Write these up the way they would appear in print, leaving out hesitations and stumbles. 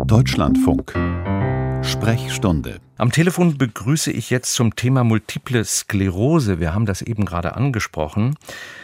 Deutschlandfunk. Sprechstunde. Am Telefon begrüße ich jetzt zum Thema Multiple Sklerose, wir haben das eben gerade angesprochen,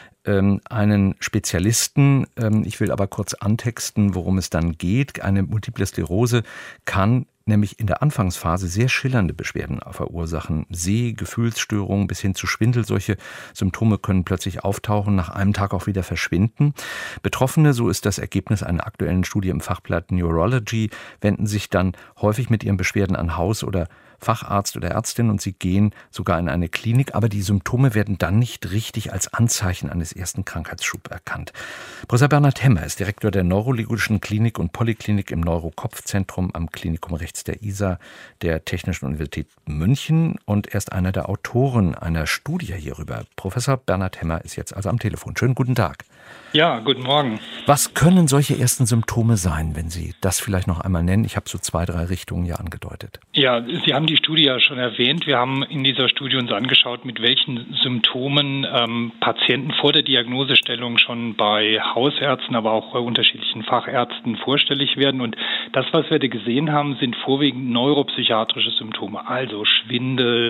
einen Spezialisten. Ich will aber kurz antexten, worum es dann geht. Eine Multiple Sklerose kann nämlich in der Anfangsphase sehr schillernde Beschwerden verursachen. Gefühlsstörungen bis hin zu Schwindel. Solche Symptome können plötzlich auftauchen, nach einem Tag auch wieder verschwinden. Betroffene, so ist das Ergebnis einer aktuellen Studie im Fachblatt Neurology, wenden sich dann häufig mit ihren Beschwerden an Haus- oder Facharzt oder Ärztin und sie gehen sogar in eine Klinik, aber die Symptome werden dann nicht richtig als Anzeichen eines ersten Krankheitsschubs erkannt. Professor Bernhard Hemmer ist Direktor der Neurologischen Klinik und Polyklinik im Neuro-Kopf-Zentrum am Klinikum rechts der ISA der Technischen Universität München und er ist einer der Autoren einer Studie hierüber. Professor Bernhard Hemmer ist jetzt also am Telefon. Schönen guten Tag. Ja, guten Morgen. Was können solche ersten Symptome sein, wenn Sie das vielleicht noch einmal nennen? Ich habe so 2, 3 Richtungen ja angedeutet. Ja, Sie haben die Studie ja schon erwähnt. Wir haben in dieser Studie uns angeschaut, mit welchen Symptomen Patienten vor der Diagnosestellung schon bei Hausärzten, aber auch bei unterschiedlichen Fachärzten vorstellig werden. Und das, was wir da gesehen haben, sind vorwiegend neuropsychiatrische Symptome, also Schwindel,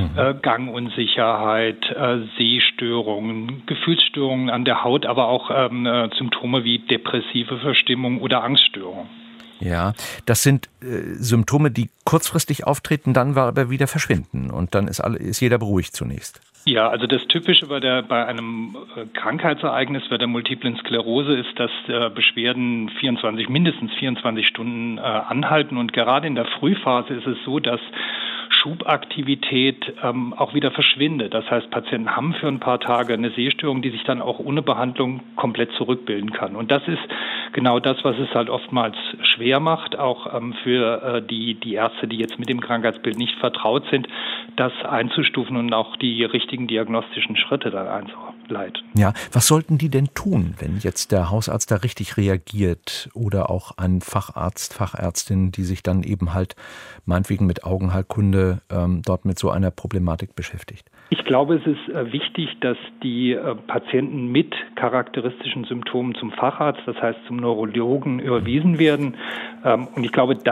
Gangunsicherheit, Sehstörungen, Gefühlsstörungen an der Haut, aber auch Symptome wie depressive Verstimmung oder Angststörung. Ja, das sind Symptome, die kurzfristig auftreten, dann aber wieder verschwinden und dann ist jeder beruhigt zunächst. Ja, also das Typische bei einem Krankheitsereignis, bei der Multiplen Sklerose ist, dass Beschwerden mindestens 24 Stunden anhalten und gerade in der Frühphase ist es so, dass Schubaktivität auch wieder verschwindet. Das heißt, Patienten haben für ein paar Tage eine Sehstörung, die sich dann auch ohne Behandlung komplett zurückbilden kann. Und das ist genau das, was es halt oftmals schwer macht, auch für die Ärzte, die jetzt mit dem Krankheitsbild nicht vertraut sind, das einzustufen und auch die richtigen diagnostischen Schritte dann einzuleiten. Ja, was sollten die denn tun, wenn jetzt der Hausarzt da richtig reagiert oder auch ein Facharzt, Fachärztin, die sich dann eben halt meinetwegen mit Augenheilkunde dort mit so einer Problematik beschäftigt? Ich glaube, es ist wichtig, dass die Patienten mit charakteristischen Symptomen zum Facharzt, das heißt zum Neurologen, überwiesen werden. Und ich glaube,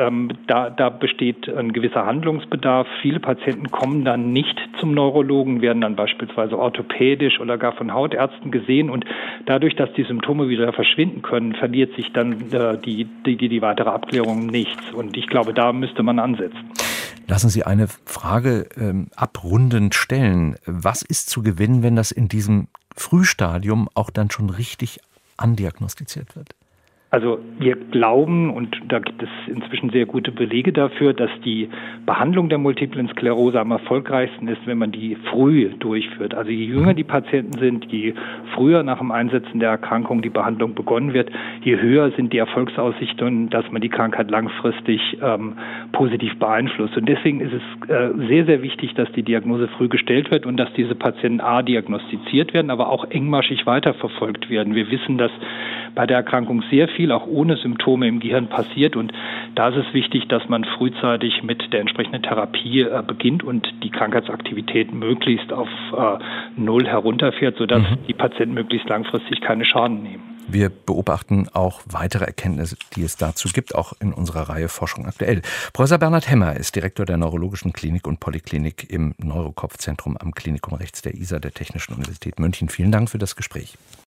da besteht ein gewisser Handlungsbedarf. Viele Patienten kommen dann nicht zum Neurologen, werden dann beispielsweise orthopädisch oder gar von Hautärzten gesehen. Und dadurch, dass die Symptome wieder verschwinden können, verliert sich dann die weitere Abklärung nichts. Und ich glaube, da müsste man ansetzen. Lassen Sie eine Frage abrundend stellen. Was ist zu gewinnen, wenn das in diesem Frühstadium auch dann schon richtig andiagnostiziert wird? Also wir glauben, und da gibt es inzwischen sehr gute Belege dafür, dass die Behandlung der Multiplen Sklerose am erfolgreichsten ist, wenn man die früh durchführt. Also je jünger die Patienten sind, je früher nach dem Einsetzen der Erkrankung die Behandlung begonnen wird, je höher sind die Erfolgsaussichten, dass man die Krankheit langfristig positiv beeinflusst. Und deswegen ist es sehr, sehr wichtig, dass die Diagnose früh gestellt wird und dass diese Patienten diagnostiziert werden, aber auch engmaschig weiterverfolgt werden. Wir wissen, dass bei der Erkrankung sehr viel auch ohne Symptome im Gehirn passiert und da ist es wichtig, dass man frühzeitig mit der entsprechenden Therapie beginnt und die Krankheitsaktivität möglichst auf 0 herunterfährt, sodass die Patienten möglichst langfristig keine Schaden nehmen. Wir beobachten auch weitere Erkenntnisse, die es dazu gibt, auch in unserer Reihe Forschung aktuell. Professor Bernhard Hemmer ist Direktor der Neurologischen Klinik und Polyklinik im Neuro-Kopf-Zentrum am Klinikum rechts der ISA der Technischen Universität München. Vielen Dank für das Gespräch.